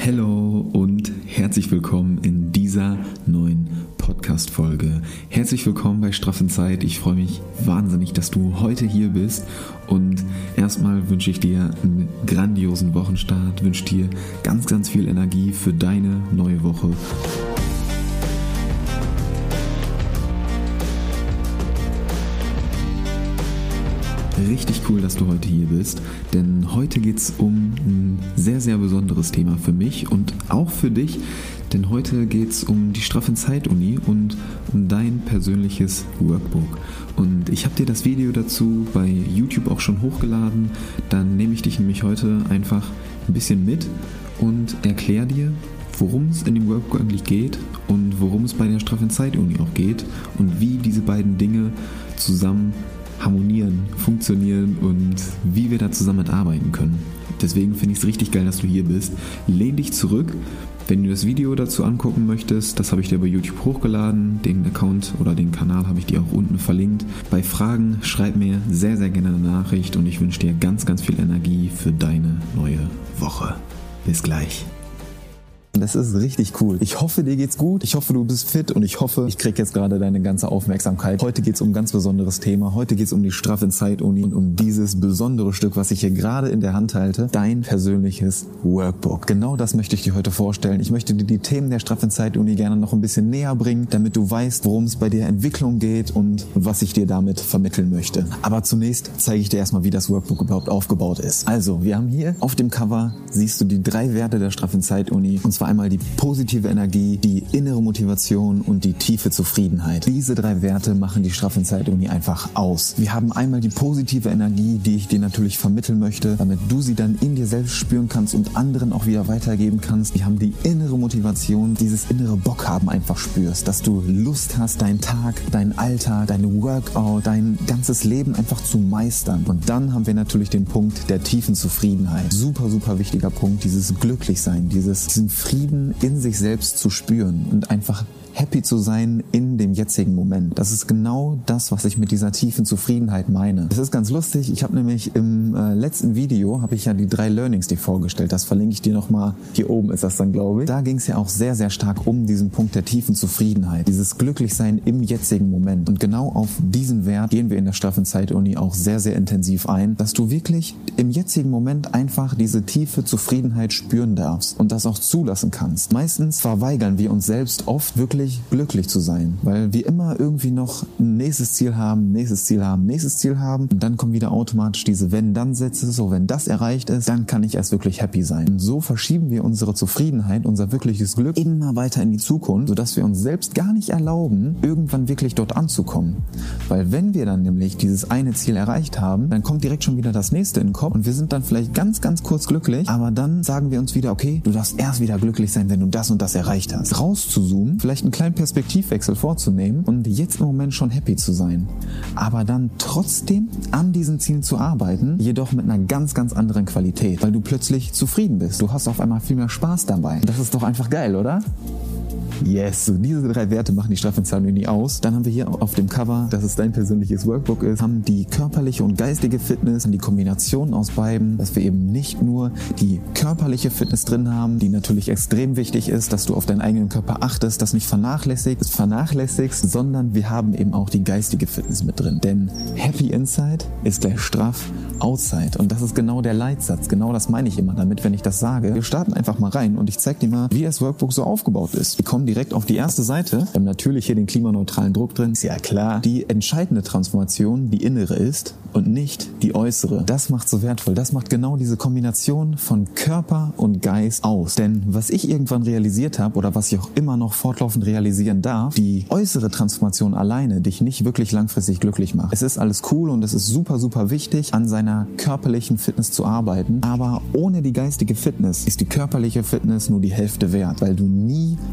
Hallo und herzlich willkommen in dieser neuen Podcast-Folge. Herzlich willkommen bei Straff in Zeit. Ich freue mich wahnsinnig, dass du heute hier bist und erstmal wünsche ich dir einen grandiosen Wochenstart, wünsche dir ganz, ganz viel Energie für deine neue Woche. Richtig cool, dass du heute hier bist, denn heute geht es um ein sehr, sehr besonderes Thema für mich und auch für dich, denn heute geht es um die Straff in Zeit Uni und um dein persönliches Workbook. Und ich habe dir das Video dazu bei YouTube auch schon hochgeladen, dann nehme ich dich nämlich heute einfach ein bisschen mit und erkläre dir, worum es in dem Workbook eigentlich geht und worum es bei der Straff in Zeit Uni auch geht und wie diese beiden Dinge zusammen harmonieren, funktionieren und wie wir da zusammen mitarbeiten können. Deswegen finde ich es richtig geil, dass du hier bist. Lehn dich zurück. Wenn du das Video dazu angucken möchtest, das habe ich dir bei YouTube hochgeladen. Den Account oder den Kanal habe ich dir auch unten verlinkt. Bei Fragen schreib mir sehr, sehr gerne eine Nachricht und ich wünsche dir ganz, ganz viel Energie für deine neue Woche. Bis gleich. Das ist richtig cool. Ich hoffe, dir geht's gut. Ich hoffe, du bist fit und ich hoffe, ich krieg jetzt gerade deine ganze Aufmerksamkeit. Heute geht's um ein ganz besonderes Thema. Heute geht's um die Straff in Zeit Uni und um dieses besondere Stück, was ich hier gerade in der Hand halte. Dein persönliches Workbook. Genau das möchte ich dir heute vorstellen. Ich möchte dir die Themen der Straff in Zeit Uni gerne noch ein bisschen näher bringen, damit du weißt, worum es bei der Entwicklung geht und was ich dir damit vermitteln möchte. Aber zunächst zeige ich dir erstmal, wie das Workbook überhaupt aufgebaut ist. Also, wir haben hier auf dem Cover, siehst du die 3 Werte der Straff in Zeit Uni, und zwar einmal die positive Energie, die innere Motivation und die tiefe Zufriedenheit. Diese 3 Werte machen die Straff in Zeit Uni einfach aus. Wir haben einmal die positive Energie, die ich dir natürlich vermitteln möchte, damit du sie dann in dir selbst spüren kannst und anderen auch wieder weitergeben kannst. Wir haben die innere Motivation, dieses innere Bock haben einfach spürst, dass du Lust hast, deinen Tag, deinen Alltag, deine Workout, dein ganzes Leben einfach zu meistern. Und dann haben wir natürlich den Punkt der tiefen Zufriedenheit. Super, super wichtiger Punkt, dieses Glücklichsein, diesen Frieden in sich selbst zu spüren und einfach happy zu sein in dem jetzigen Moment. Das ist genau das, was ich mit dieser tiefen Zufriedenheit meine. Das ist ganz lustig. Ich habe nämlich im letzten Video, habe ich ja die 3 Learnings dir vorgestellt. Das verlinke ich dir nochmal. Hier oben ist das dann, glaube ich. Da ging es ja auch sehr, sehr stark um diesen Punkt der tiefen Zufriedenheit. Dieses Glücklichsein im jetzigen Moment. Und genau auf diesen Wert gehen wir in der Straff in Zeit Uni auch sehr, sehr intensiv ein, dass du wirklich im jetzigen Moment einfach diese tiefe Zufriedenheit spüren darfst und das auch zulassen kannst. Meistens verweigern wir uns selbst oft wirklich glücklich zu sein, weil wir immer irgendwie noch ein nächstes Ziel haben und dann kommen wieder automatisch diese Wenn-Dann-Sätze, so wenn das erreicht ist, dann kann ich erst wirklich happy sein. Und so verschieben wir unsere Zufriedenheit, unser wirkliches Glück immer weiter in die Zukunft, sodass wir uns selbst gar nicht erlauben, irgendwann wirklich dort anzukommen. Weil wenn wir dann nämlich dieses eine Ziel erreicht haben, dann kommt direkt schon wieder das nächste in den Kopf und wir sind dann vielleicht ganz, ganz kurz glücklich, aber dann sagen wir uns wieder, okay, du darfst erst wieder glücklich sein, wenn du das und das erreicht hast. Rauszuzoomen, vielleicht einen kleinen Perspektivwechsel vorzunehmen und jetzt im Moment schon happy zu sein. Aber dann trotzdem an diesen Zielen zu arbeiten, jedoch mit einer ganz, ganz anderen Qualität, weil du plötzlich zufrieden bist. Du hast auf einmal viel mehr Spaß dabei. Das ist doch einfach geil, oder? Yes, so diese 3 Werte machen die Straff in Zeit Uni aus. Dann haben wir hier auf dem Cover, dass es dein persönliches Workbook ist, haben die körperliche und geistige Fitness, die Kombination aus beiden, dass wir eben nicht nur die körperliche Fitness drin haben, die natürlich extrem wichtig ist, dass du auf deinen eigenen Körper achtest, das nicht vernachlässigst, sondern wir haben eben auch die geistige Fitness mit drin. Denn Happy Inside ist gleich Straff Outside. Und das ist genau der Leitsatz. Genau das meine ich immer damit, wenn ich das sage. Wir starten einfach mal rein und ich zeige dir mal, wie das Workbook so aufgebaut ist. Wir kommen direkt auf die erste Seite. Wir haben natürlich hier den klimaneutralen Druck drin. Ist ja klar. Die entscheidende Transformation die innere ist und nicht die äußere. Das macht so wertvoll. Das macht genau diese Kombination von Körper und Geist aus. Denn was ich irgendwann realisiert habe oder was ich auch immer noch fortlaufend realisieren darf, die äußere Transformation alleine dich nicht wirklich langfristig glücklich macht. Es ist alles cool und es ist super, super wichtig, an seiner körperlichen Fitness zu arbeiten. Aber ohne die geistige Fitness ist die körperliche Fitness nur die Hälfte wert, weil du nie langfristig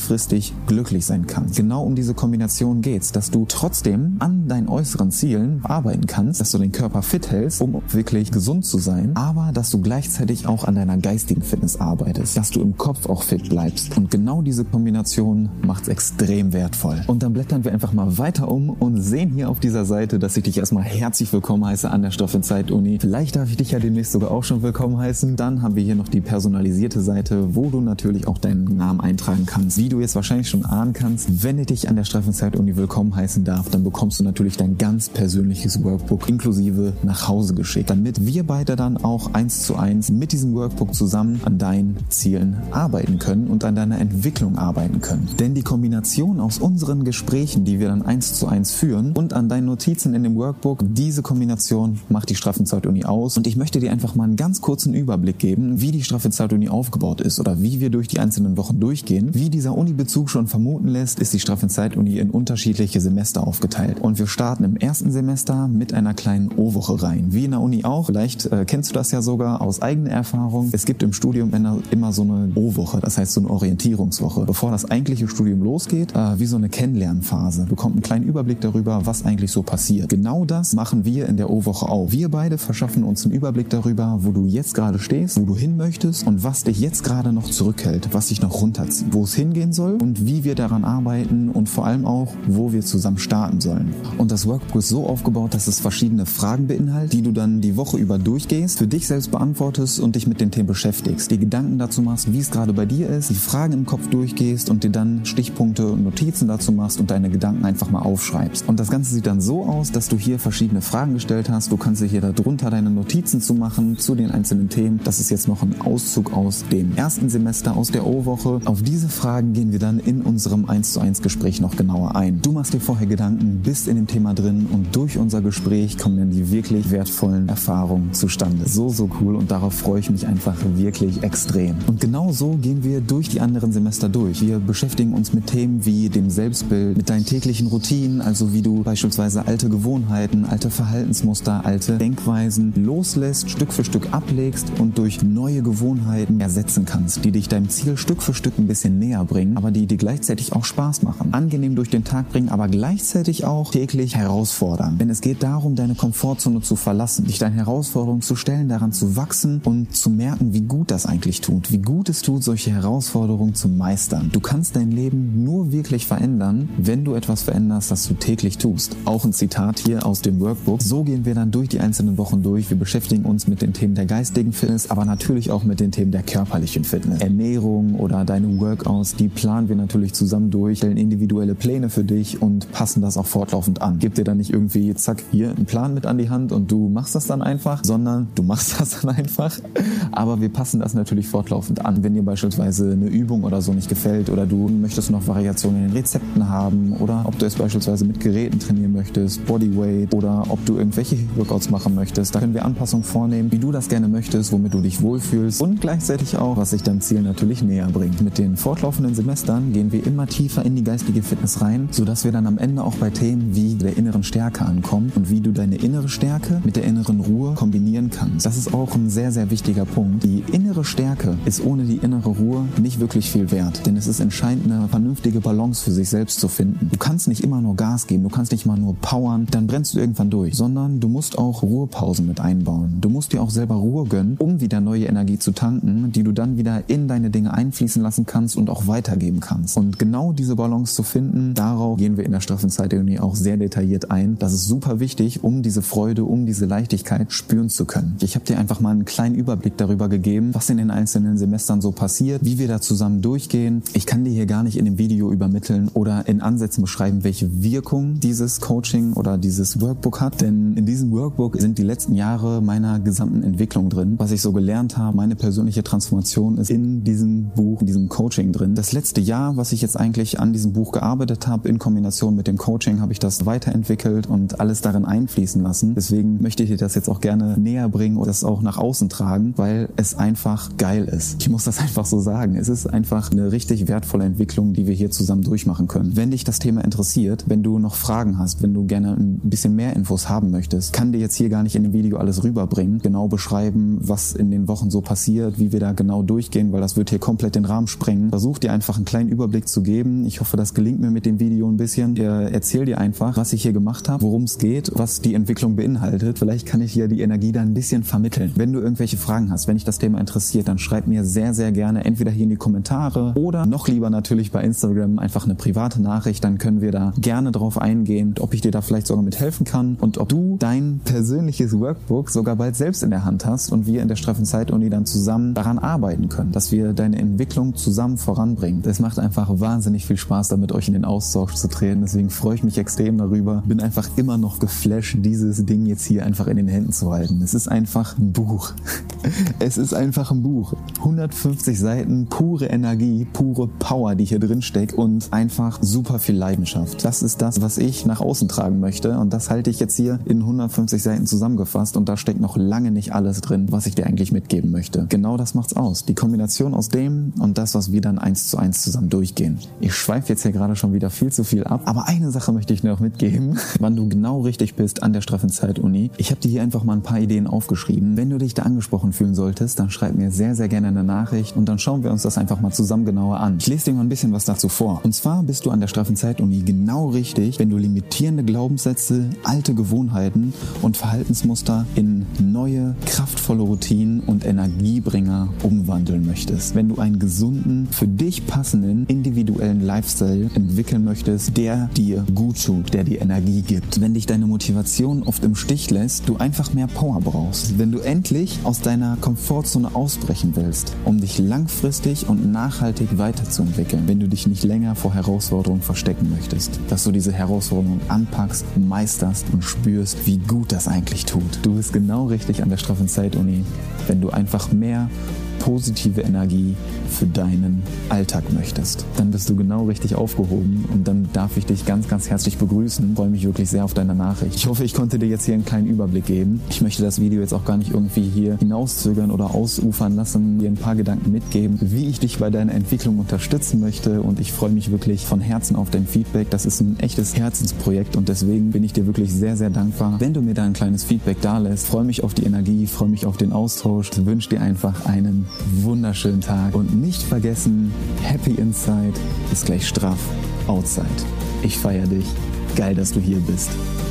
langfristig glücklich sein kannst. Genau um diese Kombination geht's, dass du trotzdem an deinen äußeren Zielen arbeiten kannst, dass du den Körper fit hältst, um wirklich gesund zu sein, aber dass du gleichzeitig auch an deiner geistigen Fitness arbeitest, dass du im Kopf auch fit bleibst. Und genau diese Kombination macht's extrem wertvoll. Und dann blättern wir einfach mal weiter um und sehen hier auf dieser Seite, dass ich dich erstmal herzlich willkommen heiße an der Stoff- und Zeit-Uni. Vielleicht darf ich dich ja demnächst sogar auch schon willkommen heißen. Dann haben wir hier noch die personalisierte Seite, wo du natürlich auch deinen Namen eintragen kannst. Wie du jetzt wahrscheinlich schon ahnen kannst, wenn ich dich an der Stoff- und Zeit-Uni willkommen heißen darf, dann bekommst du natürlich dein ganz persönliches Workbook inklusive nach Hause geschickt, damit wir beide dann auch 1:1 mit diesem Workbook zusammen an deinen Zielen arbeiten können und an deiner Entwicklung arbeiten können. Denn die Kombination aus unseren Gesprächen, die wir dann 1:1 führen und an deinen Notizen in dem Workbook, diese Kombination macht die Straffen Zeit-Uni aus. Und ich möchte dir einfach mal einen ganz kurzen Überblick geben, wie die Straffen Zeit-Uni aufgebaut ist oder wie wir durch die einzelnen Wochen durchgehen. Wie dieser Uni-Bezug schon vermuten lässt, ist die Straffen Zeit-Uni in unterschiedliche Semester aufgeteilt. Und wir starten im ersten Semester mit einer kleinen O-Woche rein. Wie in der Uni auch. Vielleicht kennst du das ja sogar aus eigener Erfahrung. Es gibt im Studium immer so eine O-Woche, das heißt so eine Orientierungswoche. Bevor das eigentliche Studium losgeht, wie so eine Kennenlernphase. Bekommt einen kleinen Überblick darüber, was eigentlich so passiert. Genau das machen wir in der O-Woche auch. Wir beide verschaffen uns einen Überblick darüber, wo du jetzt gerade stehst, wo du hin möchtest und was dich jetzt gerade noch zurückhält, was dich noch runterzieht, wo es hingehen soll und wie wir daran arbeiten und vor allem auch, wo wir zusammen starten sollen. Und das Workbook ist so aufgebaut, dass es verschiedene Fragen beinhaltet, die du dann die Woche über durchgehst, für dich selbst beantwortest und dich mit den Themen beschäftigst, dir Gedanken dazu machst, wie es gerade bei dir ist, die Fragen im Kopf durchgehst und dir dann Stichpunkte und Notizen dazu machst und deine Gedanken einfach mal aufschreibst. Und das Ganze sieht dann so aus, dass du hier verschiedene Fragen gestellt hast. Du kannst dir hier darunter deine Notizen zu machen zu den einzelnen Themen. Das ist jetzt noch ein Auszug aus dem ersten Semester, aus der O-Woche. Auf diese Fragen gehen wir dann in unserem 1:1 Gespräch noch genauer ein. Du machst dir vorher Gedanken, bist in dem Thema drin und durch unser Gespräch kommen dann die wirklich wertvollen Erfahrungen zustande. So cool und darauf freue ich mich einfach wirklich extrem. Und genau so gehen wir durch die anderen Semester durch. Wir beschäftigen uns mit Themen wie dem Selbstbild, mit deinen täglichen Routinen, also wie du beispielsweise alte Gewohnheiten, alte Verhaltensmuster, alte Denkweisen loslässt, Stück für Stück ablegst und durch neue Gewohnheiten ersetzen kannst, die dich deinem Ziel Stück für Stück ein bisschen näher bringen, aber die dir gleichzeitig auch Spaß machen, angenehm durch den Tag bringen, aber gleichzeitig auch täglich herausfordern. Denn es geht darum, deine Komfortzone zu verlassen, dich deinen Herausforderungen zu stellen, daran zu wachsen und zu merken, wie gut das eigentlich tut, wie gut es tut, solche Herausforderungen zu meistern. Du kannst dein Leben nur wirklich verändern, wenn du etwas veränderst, das du täglich tust. Auch ein Zitat hier aus dem Workbook. So gehen wir dann durch die einzelnen Wochen durch. Wir beschäftigen uns mit den Themen der geistigen Fitness, aber natürlich auch mit den Themen der körperlichen Fitness. Ernährung oder deine Workouts, die planen wir natürlich zusammen durch, stellen individuelle Pläne für dich und passen das auch fortlaufend an. Gib dir dann nicht irgendwie, zack, hier einen Plan mit an die Hand und du machst das dann einfach, sondern du machst das dann einfach. Aber wir passen das natürlich fortlaufend an. Wenn dir beispielsweise eine Übung oder so nicht gefällt oder du möchtest noch Variationen in den Rezepten haben oder ob du es beispielsweise mit Geräten trainieren möchtest, Bodyweight oder ob du irgendwelche Workouts machen möchtest, da können wir Anpassungen vornehmen, wie du das gerne möchtest, womit du dich wohlfühlst und gleichzeitig auch, was sich deinem Ziel natürlich näher bringt. Mit den fortlaufenden Semestern gehen wir immer tiefer in die geistige Fitness rein, sodass wir dann am Ende auch bei Themen wie der inneren Stärke ankommen und wie du deine innere Stärke mit der inneren Ruhe kombinieren kannst. Das ist auch ein sehr, sehr wichtiger Punkt. Die innere Stärke ist ohne die innere Ruhe nicht wirklich viel wert, denn es ist entscheidend, eine vernünftige Balance für sich selbst zu finden. Du kannst nicht immer nur Gas geben, du kannst nicht immer nur powern, dann brennst du irgendwann durch, sondern du musst auch Ruhepausen mit einbauen. Du musst dir auch selber Ruhe gönnen, um wieder neue Energie zu tanken, die du dann wieder in deine Dinge einfließen lassen kannst und auch weitergeben kannst. Und genau diese Balance zu finden, darauf gehen wir in der Straffen Zeit-Uni auch sehr detailliert ein. Das ist super wichtig, um diese Freude, um diese Leichtigkeit spüren zu können. Ich habe dir einfach mal einen kleinen Überblick darüber gegeben, was in den einzelnen Semestern so passiert, wie wir da zusammen durchgehen. Ich kann dir hier gar nicht in dem Video übermitteln oder in Ansätzen beschreiben, welche Wirkung dieses Coaching oder dieses Workbook hat, denn in diesem Workbook sind die letzten Jahre meiner gesamten Entwicklung drin. Was ich so gelernt habe, meine persönliche Transformation ist in diesem Buch, in diesem Coaching drin. Das letzte Jahr, was ich jetzt eigentlich an diesem Buch gearbeitet habe, in Kombination mit dem Coaching, habe ich das weiterentwickelt und alles darin einfließen lassen. Deswegen möchte ich dir das jetzt auch gerne näher bringen und das auch nach außen tragen, weil es einfach geil ist. Ich muss das einfach so sagen. Es ist einfach eine richtig wertvolle Entwicklung, die wir hier zusammen durchmachen können. Wenn dich das Thema interessiert, wenn du noch Fragen hast, wenn du gerne ein bisschen mehr Infos haben möchtest, kann dir jetzt hier gar nicht in dem Video alles rüberbringen, genau beschreiben, was in den Wochen so passiert, wie wir da genau durchgehen, weil das wird hier komplett den Rahmen sprengen. sprengen. Versuche dir einfach einen kleinen Überblick zu geben. Ich hoffe, das gelingt mir mit dem Video ein bisschen. Ich erzähle dir einfach, was ich hier gemacht habe, worum es geht, was die Entwicklung beinhaltet. Vielleicht kann ich dir die Energie da ein bisschen vermitteln. Wenn du irgendwelche Fragen hast, wenn dich das Thema interessiert, dann schreib mir sehr, sehr gerne entweder hier in die Kommentare oder noch lieber natürlich bei Instagram einfach eine private Nachricht. Dann können wir da gerne drauf eingehen, ob ich dir da vielleicht sogar mit helfen kann und ob du dein persönliches Workbook sogar bald selbst in der Hand hast und wir in der Straffen Zeit-Uni dann zusammen daran arbeiten können, dass wir deine Entwicklung zusammen voranbringen. Es macht einfach wahnsinnig viel Spaß, da mit euch in den Austausch zu treten. Deswegen freue ich mich extrem darüber. Bin einfach immer noch geflasht, dieses Ding jetzt hier einfach in den Händen zu halten. Es ist einfach ein Buch. Es ist einfach ein Buch. 150 Seiten, pure Energie, pure Power, die hier drin steckt und einfach super viel Leidenschaft. Das ist das, was ich nach außen tragen möchte und das halte ich jetzt hier in 150 Seiten zusammengefasst und da steckt noch lange nicht alles drin, was ich dir eigentlich mitgeben möchte. Genau das macht's aus. Die Kombination aus dem und das, was wir dann 1:1 zusammen durchgehen. Ich schweife jetzt hier gerade schon wieder viel zu viel ab, aber eine Sache möchte ich dir noch mitgeben, wann du genau richtig bist an der Straffen Zeit-Uni. Ich habe dir hier einfach mal ein paar Ideen aufgeschrieben. Wenn du dich da angesprochen fühlen solltest, dann schreib mir sehr, sehr gerne eine Nachricht und dann schauen wir uns das einfach mal zusammen genauer an. Ich lese dir mal ein bisschen was dazu vor. Und zwar bist du an der Straffen Zeit-Uni genau richtig, wenn du limitierende Glaubenssätze, alte Gewohnheiten und Verhaltensmuster in neue, kraftvolle Routinen und Energiebringer umwandeln möchtest. Wenn du einen gesunden, für dich passenden, individuellen Lifestyle entwickeln möchtest, der dir gut tut, der dir Energie gibt. Wenn dich deine Motivation oft im Stich lässt, du einfach mehr Power brauchst. Wenn du endlich aus deiner Komfortzone ausbrechen willst, um dich langfristig und nachhaltig weiterzuentwickeln. Wenn du dich nicht länger vor Herausforderungen verstecken möchtest. Dass du diese Herausforderungen anpackst, meisterst und spürst, wie gut das eigentlich tut. Du bist genau richtig an der Straffen Zeit-Uni, wenn du einfach mehr positive Energie für deinen Alltag möchtest. Dann bist du genau richtig aufgehoben und dann darf ich dich ganz, ganz herzlich begrüßen. Ich freue mich wirklich sehr auf deine Nachricht. Ich hoffe, ich konnte dir jetzt hier einen kleinen Überblick geben. Ich möchte das Video jetzt auch gar nicht irgendwie hier hinauszögern oder ausufern lassen, dir ein paar Gedanken mitgeben, wie ich dich bei deiner Entwicklung unterstützen möchte und ich freue mich wirklich von Herzen auf dein Feedback. Das ist ein echtes Herzensprojekt und deswegen bin ich dir wirklich sehr, sehr dankbar, wenn du mir da ein kleines Feedback da lässt. Ich freue mich auf die Energie, freue mich auf den Austausch. Ich wünsche dir einfach einen wunderschönen Tag und nicht vergessen, happy inside ist gleich straff outside. Ich feiere dich. Geil, dass du hier bist.